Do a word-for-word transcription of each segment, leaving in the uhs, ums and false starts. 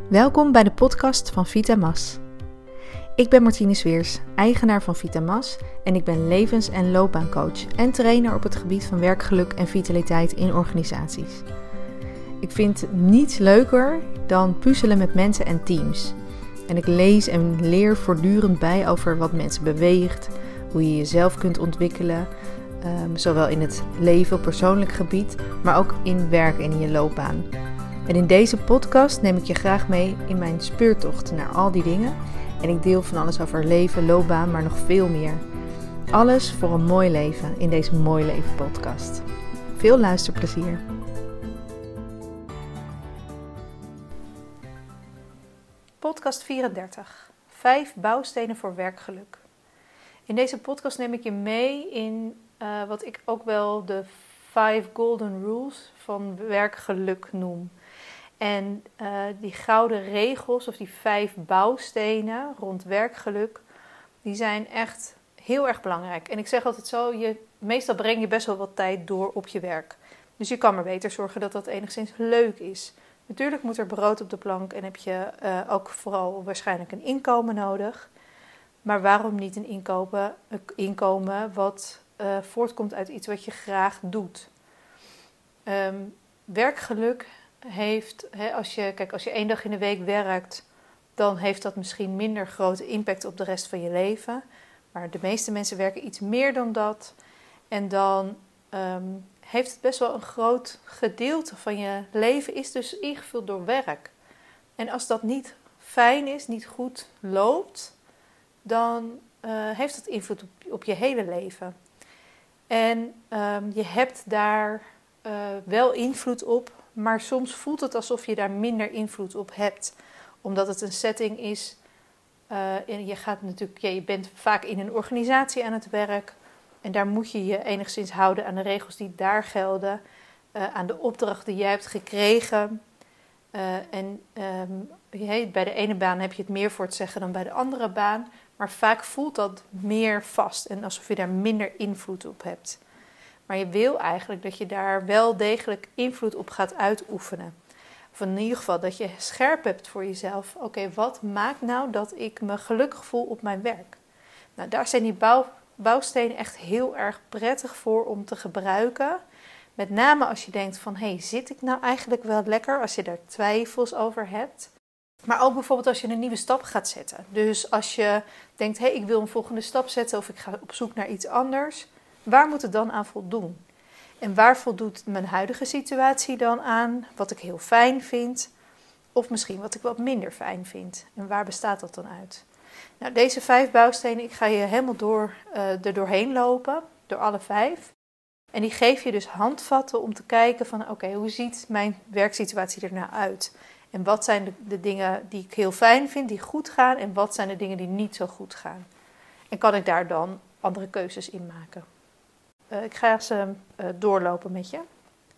Welkom bij de podcast van Vitamas. Ik ben Martine Sweers, eigenaar van Vitamas en ik ben levens- en loopbaancoach en trainer op het gebied van werkgeluk en vitaliteit in organisaties. Ik vind niets leuker dan puzzelen met mensen en teams. En ik lees en leer voortdurend bij over wat mensen beweegt, hoe je jezelf kunt ontwikkelen, um, zowel in het leven op persoonlijk gebied, maar ook in werk en in je loopbaan. En in deze podcast neem ik je graag mee in mijn speurtocht naar al die dingen. En ik deel van alles over leven, loopbaan, maar nog veel meer. Alles voor een mooi leven in deze Mooi Leven podcast. Veel luisterplezier. Podcast vierendertig. Vijf bouwstenen voor werkgeluk. In deze podcast neem ik je mee in uh, wat ik ook wel de Five Golden Rules van werkgeluk noem. En uh, die gouden regels of die vijf bouwstenen rond werkgeluk, die zijn echt heel erg belangrijk. En ik zeg altijd zo, je, meestal breng je best wel wat tijd door op je werk. Dus je kan maar beter zorgen dat dat enigszins leuk is. Natuurlijk moet er brood op de plank en heb je uh, ook vooral waarschijnlijk een inkomen nodig. Maar waarom niet een inkomen, een inkomen wat uh, voortkomt uit iets wat je graag doet? Um, werkgeluk heeft, hè, als je, kijk, als je één dag in de week werkt, dan heeft dat misschien minder grote impact op de rest van je leven. Maar de meeste mensen werken iets meer dan dat. En dan um, heeft het best wel een groot gedeelte van je leven is dus ingevuld door werk. En als dat niet fijn is, niet goed loopt, dan uh, heeft dat invloed op, op je hele leven. En um, je hebt daar uh, wel invloed op, maar soms voelt het alsof je daar minder invloed op hebt. Omdat het een setting is. Uh, en je, gaat natuurlijk, ja, je bent vaak in een organisatie aan het werk. En daar moet je je enigszins houden aan de regels die daar gelden. Uh, aan de opdracht die jij hebt gekregen. Uh, en um, ja, bij de ene baan heb je het meer voor het zeggen dan bij de andere baan. Maar vaak voelt dat meer vast. En alsof je daar minder invloed op hebt. Maar je wil eigenlijk dat je daar wel degelijk invloed op gaat uitoefenen. Of in ieder geval dat je scherp hebt voor jezelf. Oké, okay, wat maakt nou dat ik me gelukkig voel op mijn werk? Nou, daar zijn die bouw, bouwstenen echt heel erg prettig voor om te gebruiken. Met name als je denkt van, hé, hey, zit ik nou eigenlijk wel lekker? Als je daar twijfels over hebt. Maar ook bijvoorbeeld als je een nieuwe stap gaat zetten. Dus als je denkt, hé, hey, ik wil een volgende stap zetten of ik ga op zoek naar iets anders. Waar moet het dan aan voldoen? En waar voldoet mijn huidige situatie dan aan? Wat ik heel fijn vind. Of misschien wat ik wat minder fijn vind. En waar bestaat dat dan uit? Nou, deze vijf bouwstenen, ik ga je helemaal door, uh, er doorheen lopen. Door alle vijf. En die geef je dus handvatten om te kijken van, oké, okay, hoe ziet mijn werksituatie er nou uit? En wat zijn de, de dingen die ik heel fijn vind, die goed gaan? En wat zijn de dingen die niet zo goed gaan? En kan ik daar dan andere keuzes in maken? Uh, ik ga ze uh, doorlopen met je.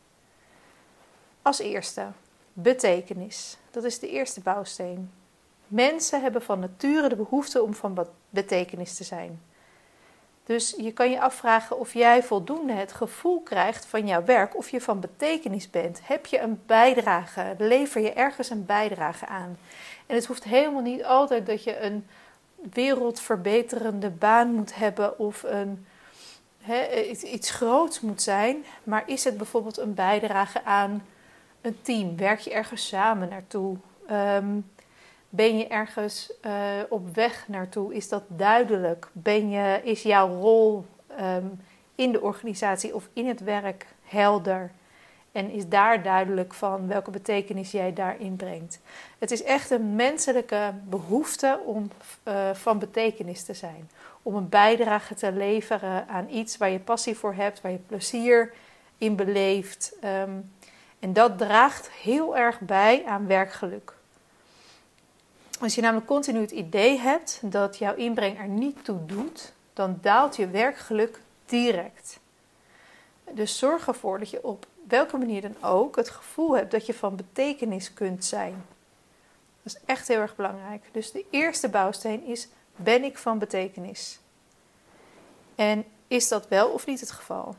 Als eerste, betekenis. Dat is de eerste bouwsteen. Mensen hebben van nature de behoefte om van betekenis te zijn. Dus je kan je afvragen of jij voldoende het gevoel krijgt van jouw werk, of je van betekenis bent. Heb je een bijdrage? Lever je ergens een bijdrage aan? En het hoeft helemaal niet altijd dat je een wereldverbeterende baan moet hebben of een He, iets groots moet zijn, maar is het bijvoorbeeld een bijdrage aan een team? Werk je ergens samen naartoe? Um, ben je ergens uh, op weg naartoe? Is dat duidelijk? Ben je, is jouw rol um, in de organisatie of in het werk helder? En is daar duidelijk van welke betekenis jij daarin brengt? Het is echt een menselijke behoefte om uh, van betekenis te zijn. Om een bijdrage te leveren aan iets waar je passie voor hebt, waar je plezier in beleeft. Um, en dat draagt heel erg bij aan werkgeluk. Als je namelijk continu het idee hebt dat jouw inbreng er niet toe doet, dan daalt je werkgeluk direct. Dus zorg ervoor dat je op welke manier dan ook het gevoel hebt dat je van betekenis kunt zijn. Dat is echt heel erg belangrijk. Dus de eerste bouwsteen is, ben ik van betekenis? En is dat wel of niet het geval?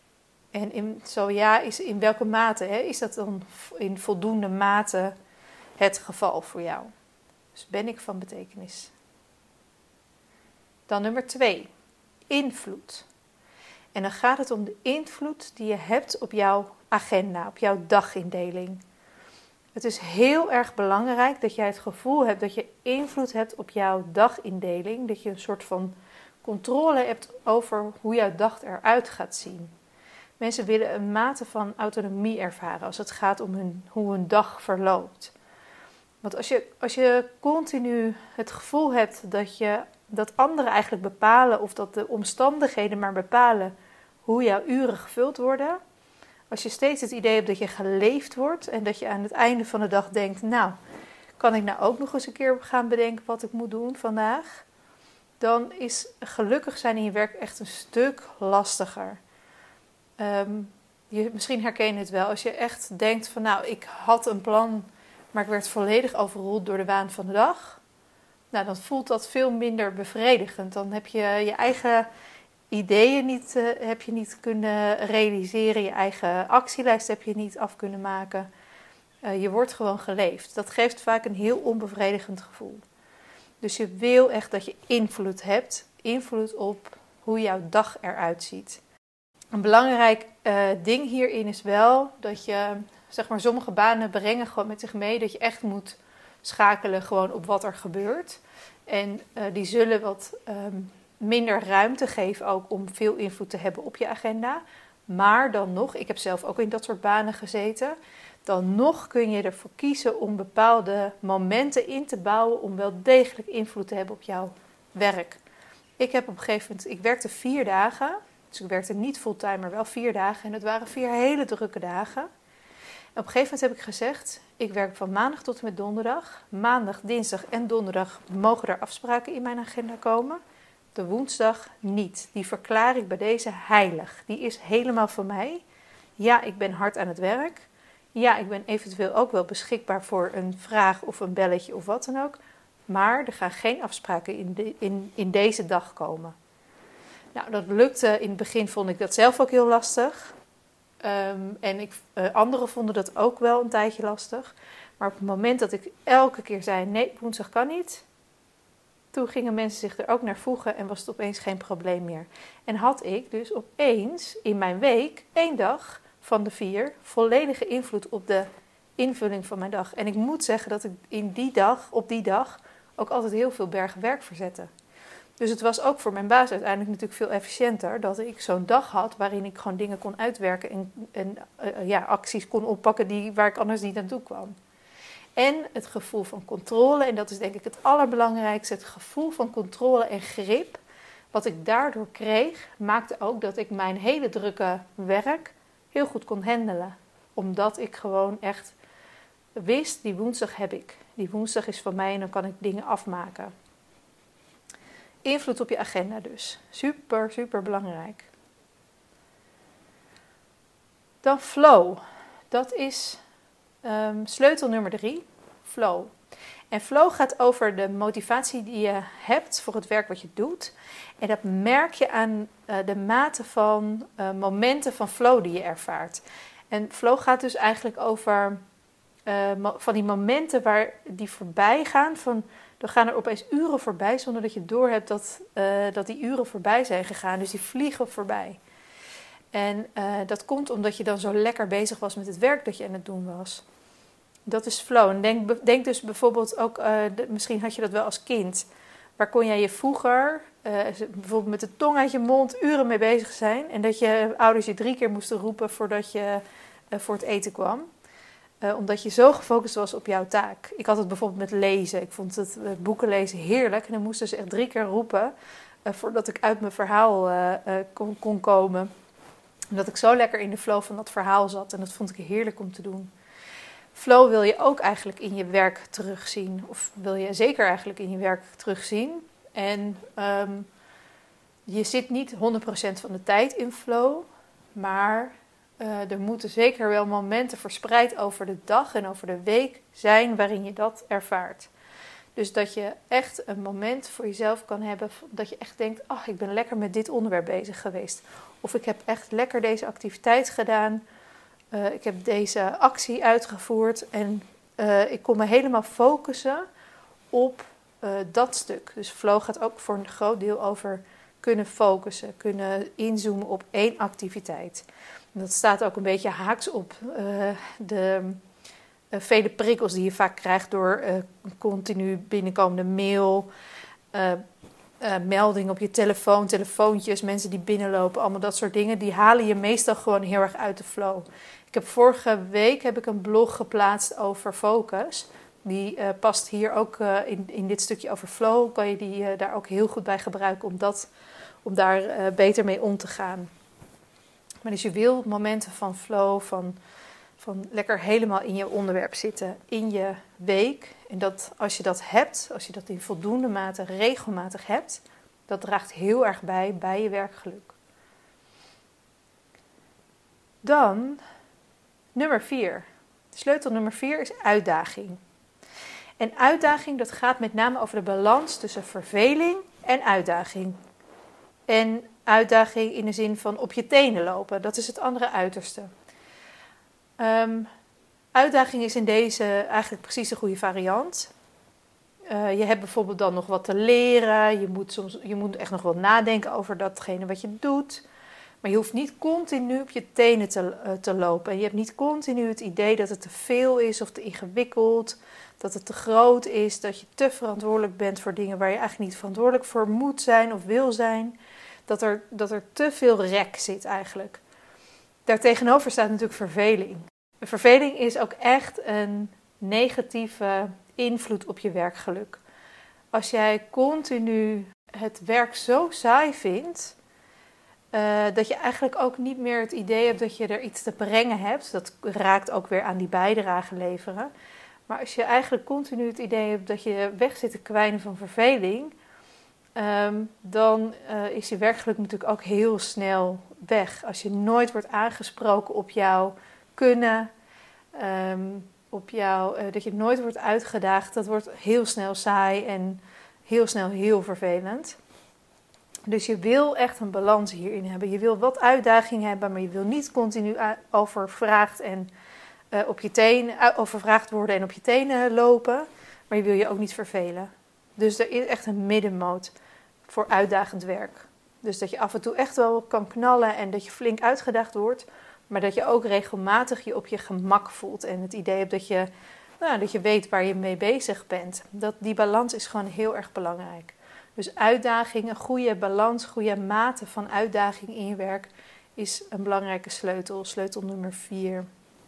En in, zo ja, is in welke mate? Hè? Is dat dan in voldoende mate het geval voor jou? Dus ben ik van betekenis? Dan nummer twee, invloed. En dan gaat het om de invloed die je hebt op jouw agenda, op jouw dagindeling. Het is heel erg belangrijk dat jij het gevoel hebt dat je invloed hebt op jouw dagindeling. Dat je een soort van controle hebt over hoe jouw dag eruit gaat zien. Mensen willen een mate van autonomie ervaren als het gaat om hun, hoe hun dag verloopt. Want als je, als je continu het gevoel hebt dat, je, dat anderen eigenlijk bepalen of dat de omstandigheden maar bepalen hoe jouw uren gevuld worden. Als je steeds het idee hebt dat je geleefd wordt en dat je aan het einde van de dag denkt, nou, kan ik nou ook nog eens een keer gaan bedenken wat ik moet doen vandaag? Dan is gelukkig zijn in je werk echt een stuk lastiger. Um, je, misschien herken je het wel. Als je echt denkt van nou, ik had een plan, maar ik werd volledig overroeld door de waan van de dag. Nou, dan voelt dat veel minder bevredigend. Dan heb je je eigen ideeën niet, uh, heb je niet kunnen realiseren. Je eigen actielijst heb je niet af kunnen maken. Uh, je wordt gewoon geleefd. Dat geeft vaak een heel onbevredigend gevoel. Dus je wil echt dat je invloed hebt. Invloed op hoe jouw dag eruit ziet. Een belangrijk uh, ding hierin is wel dat je, zeg maar, sommige banen brengen gewoon met zich mee dat je echt moet schakelen gewoon op wat er gebeurt. En uh, die zullen wat um, minder ruimte geven ook om veel invloed te hebben op je agenda. Maar dan nog, ik heb zelf ook in dat soort banen gezeten, dan nog kun je ervoor kiezen om bepaalde momenten in te bouwen om wel degelijk invloed te hebben op jouw werk. Ik heb op een gegeven moment, ik werkte vier dagen, dus ik werkte niet fulltime, maar wel vier dagen. En het waren vier hele drukke dagen. En op een gegeven moment heb ik gezegd, ik werk van maandag tot en met donderdag. Maandag, dinsdag en donderdag mogen er afspraken in mijn agenda komen. De woensdag niet. Die verklaar ik bij deze heilig. Die is helemaal van mij. Ja, ik ben hard aan het werk. Ja, ik ben eventueel ook wel beschikbaar voor een vraag of een belletje of wat dan ook. Maar er gaan geen afspraken in, de, in, in deze dag komen. Nou, dat lukte. In het begin vond ik dat zelf ook heel lastig. Um, en ik, uh, anderen vonden dat ook wel een tijdje lastig. Maar op het moment dat ik elke keer zei, nee, woensdag kan niet. Toen gingen mensen zich er ook naar voegen en was het opeens geen probleem meer. En had ik dus opeens in mijn week, één dag van de vier, volledige invloed op de invulling van mijn dag. En ik moet zeggen dat ik in die dag, op die dag ook altijd heel veel bergen werk verzette. Dus het was ook voor mijn baas uiteindelijk natuurlijk veel efficiënter dat ik zo'n dag had waarin ik gewoon dingen kon uitwerken en, en uh, ja, acties kon oppakken die, waar ik anders niet aan toe kwam. En het gevoel van controle, en dat is denk ik het allerbelangrijkste, het gevoel van controle en grip, wat ik daardoor kreeg, maakte ook dat ik mijn hele drukke werk heel goed kon handelen. Omdat ik gewoon echt wist, die woensdag heb ik. Die woensdag is van mij en dan kan ik dingen afmaken. Invloed op je agenda dus. Super, super belangrijk. Dan flow. Dat is um, sleutel nummer drie. Flow. En flow gaat over de motivatie die je hebt voor het werk wat je doet. En dat merk je aan uh, de mate van uh, momenten van flow die je ervaart. En flow gaat dus eigenlijk over uh, mo- van die momenten waar die voorbij gaan. Van, er gaan er opeens uren voorbij zonder dat je doorhebt dat, uh, dat die uren voorbij zijn gegaan. Dus die vliegen voorbij. En uh, dat komt omdat je dan zo lekker bezig was met het werk dat je aan het doen was. Dat is flow. En denk, denk dus bijvoorbeeld ook, uh, de, misschien had je dat wel als kind. Waar kon jij je vroeger, uh, bijvoorbeeld met de tong uit je mond, uren mee bezig zijn. En dat je ouders je drie keer moesten roepen voordat je uh, voor het eten kwam. Uh, omdat je zo gefocust was op jouw taak. Ik had het bijvoorbeeld met lezen. Ik vond het uh, boeken lezen heerlijk. En dan moesten ze echt drie keer roepen uh, voordat ik uit mijn verhaal uh, uh, kon, kon komen. Omdat ik zo lekker in de flow van dat verhaal zat. En dat vond ik heerlijk om te doen. Flow wil je ook eigenlijk in je werk terugzien. Of wil je zeker eigenlijk in je werk terugzien. En um, je zit niet honderd procent van de tijd in flow. Maar uh, er moeten zeker wel momenten verspreid over de dag en over de week zijn waarin je dat ervaart. Dus dat je echt een moment voor jezelf kan hebben. Dat je echt denkt, ach, ik ben lekker met dit onderwerp bezig geweest. Of ik heb echt lekker deze activiteit gedaan. Uh, ik heb deze actie uitgevoerd en uh, ik kon me helemaal focussen op uh, dat stuk. Dus flow gaat ook voor een groot deel over kunnen focussen, kunnen inzoomen op één activiteit. En dat staat ook een beetje haaks op uh, de uh, vele prikkels die je vaak krijgt door uh, continu binnenkomende mail, uh, uh, meldingen op je telefoon, telefoontjes, mensen die binnenlopen, allemaal dat soort dingen. Die halen je meestal gewoon heel erg uit de flow. Ik heb vorige week heb ik een blog geplaatst over focus. Die uh, past hier ook uh, in, in dit stukje over flow. Kan je die uh, daar ook heel goed bij gebruiken om, dat, om daar uh, beter mee om te gaan. Maar dus je wil momenten van flow, van, van lekker helemaal in je onderwerp zitten, in je week. En dat als je dat hebt, als je dat in voldoende mate regelmatig hebt, dat draagt heel erg bij bij je werkgeluk. Dan nummer vier. Sleutel nummer vier is uitdaging. En uitdaging, dat gaat met name over de balans tussen verveling en uitdaging. En uitdaging in de zin van op je tenen lopen. Dat is het andere uiterste. Um, uitdaging is in deze eigenlijk precies de goede variant. Uh, je hebt bijvoorbeeld dan nog wat te leren. Je moet, soms, je moet echt nog wel nadenken over datgene wat je doet. Maar je hoeft niet continu op je tenen te, uh, te lopen. En je hebt niet continu het idee dat het te veel is of te ingewikkeld. Dat het te groot is. Dat je te verantwoordelijk bent voor dingen waar je eigenlijk niet verantwoordelijk voor moet zijn of wil zijn. Dat er, dat er te veel rek zit eigenlijk. Daartegenover staat natuurlijk verveling. Verveling is ook echt een negatieve invloed op je werkgeluk. Als jij continu het werk zo saai vindt, uh, dat je eigenlijk ook niet meer het idee hebt dat je er iets te brengen hebt. Dat raakt ook weer aan die bijdrage leveren. Maar als je eigenlijk continu het idee hebt dat je weg zit te kwijnen van verveling, Um, dan uh, is je werkgeluk natuurlijk ook heel snel weg. Als je nooit wordt aangesproken op jouw kunnen, um, op jouw, uh, dat je nooit wordt uitgedaagd, dat wordt heel snel saai en heel snel heel vervelend. Dus je wil echt een balans hierin hebben. Je wil wat uitdaging hebben, maar je wil niet continu overvraagd, en, uh, op je tenen, uh, overvraagd worden en op je tenen lopen. Maar je wil je ook niet vervelen. Dus er is echt een middenmoot voor uitdagend werk. Dus dat je af en toe echt wel kan knallen en dat je flink uitgedaagd wordt. Maar dat je ook regelmatig je op je gemak voelt. En het idee hebt dat je, nou, dat je weet waar je mee bezig bent. Dat, die balans is gewoon heel erg belangrijk. Dus uitdaging, een goede balans, goede mate van uitdaging in je werk is een belangrijke sleutel. Sleutel nummer vier.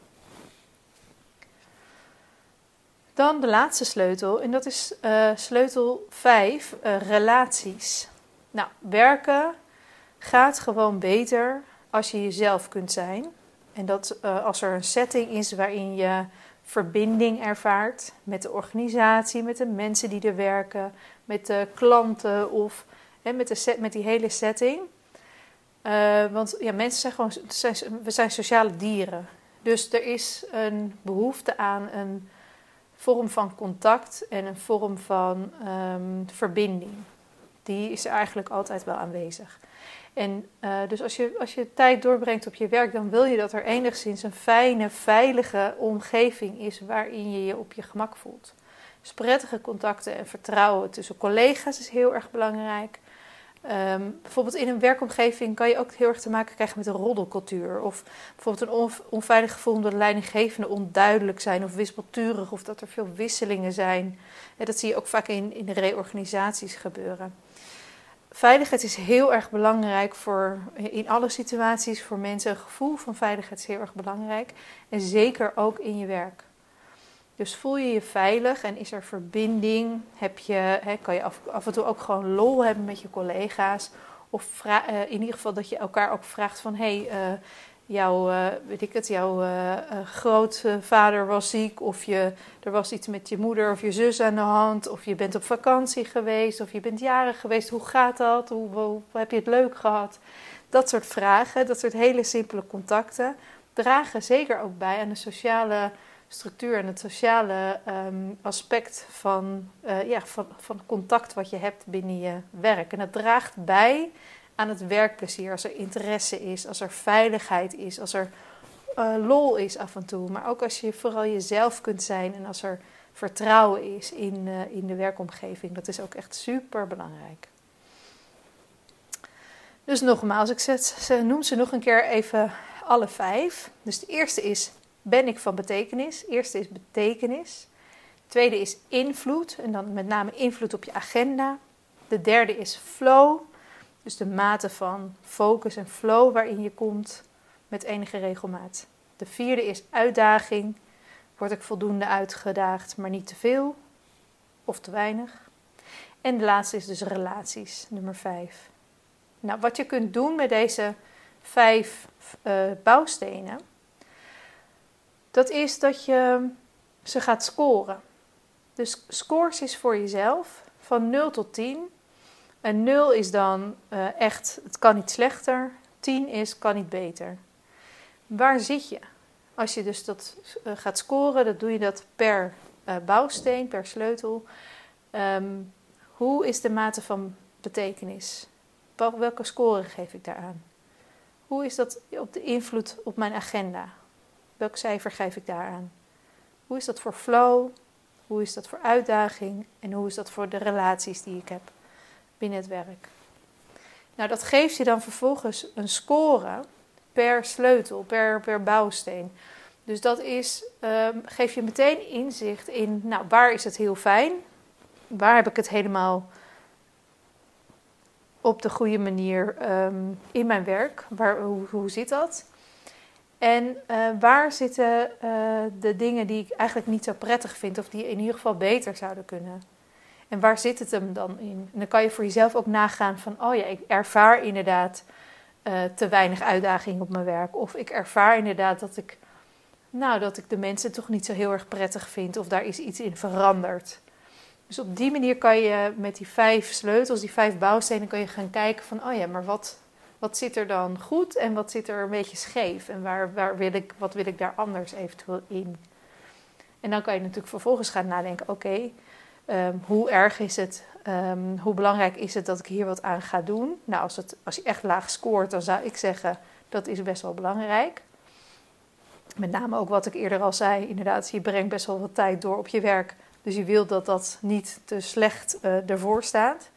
Dan de laatste sleutel, en dat is uh, sleutel vijf, uh, relaties. Nou, werken gaat gewoon beter als je jezelf kunt zijn. En dat uh, als er een setting is waarin je verbinding ervaart met de organisatie, met de mensen die er werken, met de klanten of hè, met, de set, met die hele setting. Uh, want ja, mensen zijn gewoon, zijn, we zijn sociale dieren. Dus er is een behoefte aan een vorm van contact en een vorm van um, verbinding. Die is er eigenlijk altijd wel aanwezig. En uh, dus als je, als je tijd doorbrengt op je werk, dan wil je dat er enigszins een fijne, veilige omgeving is waarin je je op je gemak voelt. Dus prettige contacten en vertrouwen tussen collega's is heel erg belangrijk. Um, bijvoorbeeld in een werkomgeving kan je ook heel erg te maken krijgen met een roddelcultuur. Of bijvoorbeeld een on- onveilig gevoel omdat de leidinggevenden onduidelijk zijn of wispelturig. Of dat er veel wisselingen zijn. Ja, dat zie je ook vaak in, in de reorganisaties gebeuren. Veiligheid is heel erg belangrijk voor, in alle situaties voor mensen. Een gevoel van veiligheid is heel erg belangrijk. En zeker ook in je werk. Dus voel je je veilig en is er verbinding? Heb je, hè, kan je af, af en toe ook gewoon lol hebben met je collega's? Of vra- uh, in ieder geval dat je elkaar ook vraagt van... hé, hey, uh, jouw, uh, weet ik het, jouw uh, uh, grootvader was ziek... of je, er was iets met je moeder of je zus aan de hand... of je bent op vakantie geweest of je bent jarig geweest. Hoe gaat dat? Hoe, hoe, hoe heb je het leuk gehad? Dat soort vragen, dat soort hele simpele contacten... dragen zeker ook bij aan de sociale structuur en het sociale um, aspect van, uh, ja, van, van contact wat je hebt binnen je werk. En dat draagt bij aan het werkplezier als er interesse is, als er veiligheid is, als er uh, lol is af en toe. Maar ook als je vooral jezelf kunt zijn en als er vertrouwen is in, uh, in de werkomgeving. Dat is ook echt super belangrijk. Dus nogmaals, ik zet, ze, noem ze nog een keer even alle vijf. Dus de eerste is, ben ik van betekenis? De eerste is betekenis. De tweede is invloed. En dan met name invloed op je agenda. De derde is flow. Dus de mate van focus en flow waarin je komt met enige regelmaat. De vierde is uitdaging. Word ik voldoende uitgedaagd, maar niet te veel of te weinig. En de laatste is dus relaties, nummer vijf. Nou, wat je kunt doen met deze vijf uh, bouwstenen, dat is dat je ze gaat scoren. Dus scores is voor jezelf van nul tot tien. En nul is dan uh, echt, het kan niet slechter. tien is, kan niet beter. Waar zit je? Als je dus dat uh, gaat scoren, dan doe je dat per uh, bouwsteen, per sleutel. Um, hoe is de mate van betekenis? Welke score geef ik daaraan? Hoe is dat op de invloed op mijn agenda? Welk cijfer geef ik daaraan? Hoe is dat voor flow? Hoe is dat voor uitdaging? En hoe is dat voor de relaties die ik heb binnen het werk? Nou, dat geeft je dan vervolgens een score per sleutel, per, per bouwsteen. Dus dat is, um, geeft je meteen inzicht in, nou, waar is het heel fijn? Waar heb ik het helemaal op de goede manier um, in mijn werk? Waar, hoe, hoe zit dat? En uh, waar zitten uh, de dingen die ik eigenlijk niet zo prettig vind, of die in ieder geval beter zouden kunnen? En waar zit het hem dan in? En dan kan je voor jezelf ook nagaan van, oh ja, ik ervaar inderdaad uh, te weinig uitdaging op mijn werk. Of ik ervaar inderdaad dat ik, nou, dat ik de mensen toch niet zo heel erg prettig vind, of daar is iets in veranderd. Dus op die manier kan je met die vijf sleutels, die vijf bouwstenen, kan je gaan kijken van, oh ja, maar wat, wat zit er dan goed en wat zit er een beetje scheef? En waar, waar wil ik, wat wil ik daar anders eventueel in? En dan kan je natuurlijk vervolgens gaan nadenken, oké, okay, um, hoe erg is het, um, hoe belangrijk is het dat ik hier wat aan ga doen? Nou, als, het, als je echt laag scoort, dan zou ik zeggen, dat is best wel belangrijk. Met name ook wat ik eerder al zei, inderdaad, je brengt best wel wat tijd door op je werk. Dus je wilt dat dat niet te slecht uh, ervoor staat.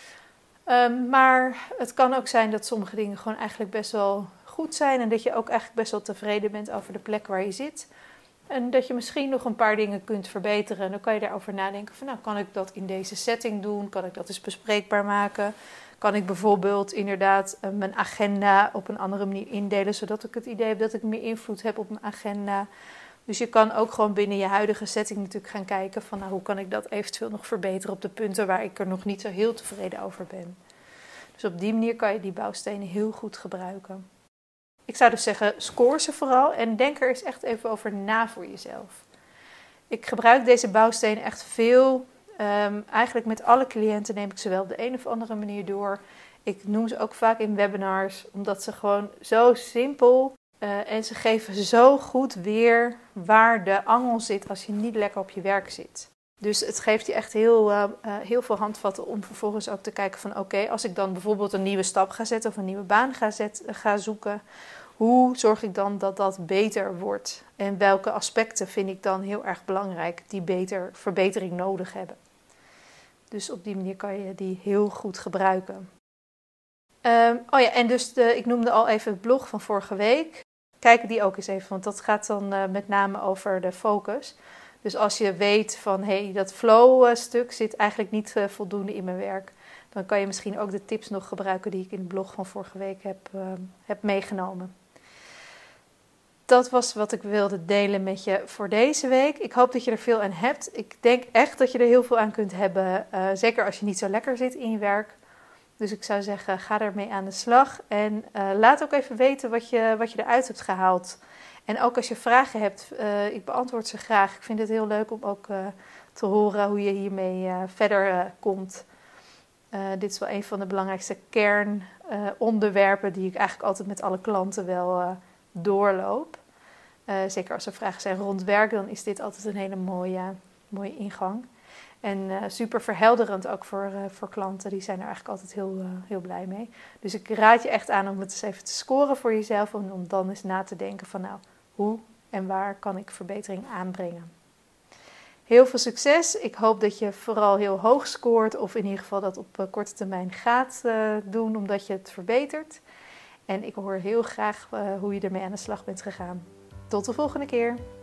Um, maar het kan ook zijn dat sommige dingen gewoon eigenlijk best wel goed zijn. En dat je ook eigenlijk best wel tevreden bent over de plek waar je zit. En dat je misschien nog een paar dingen kunt verbeteren. En dan kan je daarover nadenken van, nou, kan ik dat in deze setting doen? Kan ik dat eens bespreekbaar maken? Kan ik bijvoorbeeld inderdaad uh, mijn agenda op een andere manier indelen, zodat ik het idee heb dat ik meer invloed heb op mijn agenda? Dus je kan ook gewoon binnen je huidige setting natuurlijk gaan kijken van, nou, hoe kan ik dat eventueel nog verbeteren op de punten waar ik er nog niet zo heel tevreden over ben. Dus op die manier kan je die bouwstenen heel goed gebruiken. Ik zou dus zeggen, score ze vooral en denk er eens echt even over na voor jezelf. Ik gebruik deze bouwstenen echt veel. Um, eigenlijk met alle cliënten neem ik ze wel op de een of andere manier door. Ik noem ze ook vaak in webinars, omdat ze gewoon zo simpel Uh, en ze geven zo goed weer waar de angel zit als je niet lekker op je werk zit. Dus het geeft je echt heel, uh, uh, heel veel handvatten om vervolgens ook te kijken van, oké, okay, als ik dan bijvoorbeeld een nieuwe stap ga zetten of een nieuwe baan ga, zet, ga zoeken, hoe zorg ik dan dat dat beter wordt? En welke aspecten vind ik dan heel erg belangrijk die beter verbetering nodig hebben? Dus op die manier kan je die heel goed gebruiken. Um, oh ja, en dus de, ik noemde al even het blog van vorige week. Kijk die ook eens even, want dat gaat dan uh, met name over de focus. Dus als je weet van, hé, hey, dat flow-stuk zit eigenlijk niet uh, voldoende in mijn werk, dan kan je misschien ook de tips nog gebruiken die ik in het blog van vorige week heb, uh, heb meegenomen. Dat was wat ik wilde delen met je voor deze week. Ik hoop dat je er veel aan hebt. Ik denk echt dat je er heel veel aan kunt hebben, uh, zeker als je niet zo lekker zit in je werk. Dus ik zou zeggen, ga ermee aan de slag. En uh, laat ook even weten wat je, wat je eruit hebt gehaald. En ook als je vragen hebt, uh, ik beantwoord ze graag. Ik vind het heel leuk om ook uh, te horen hoe je hiermee uh, verder uh, komt. Uh, dit is wel een van de belangrijkste kernonderwerpen uh, die ik eigenlijk altijd met alle klanten wel uh, doorloop. Uh, zeker als er vragen zijn rond werk, dan is dit altijd een hele mooie, mooie ingang. En uh, super verhelderend ook voor, uh, voor klanten. Die zijn er eigenlijk altijd heel, uh, heel blij mee. Dus ik raad je echt aan om het eens even te scoren voor jezelf. En om dan eens na te denken van, nou, hoe en waar kan ik verbetering aanbrengen. Heel veel succes. Ik hoop dat je vooral heel hoog scoort of in ieder geval dat op korte termijn gaat uh, doen omdat je het verbetert. En ik hoor heel graag uh, hoe je ermee aan de slag bent gegaan. Tot de volgende keer.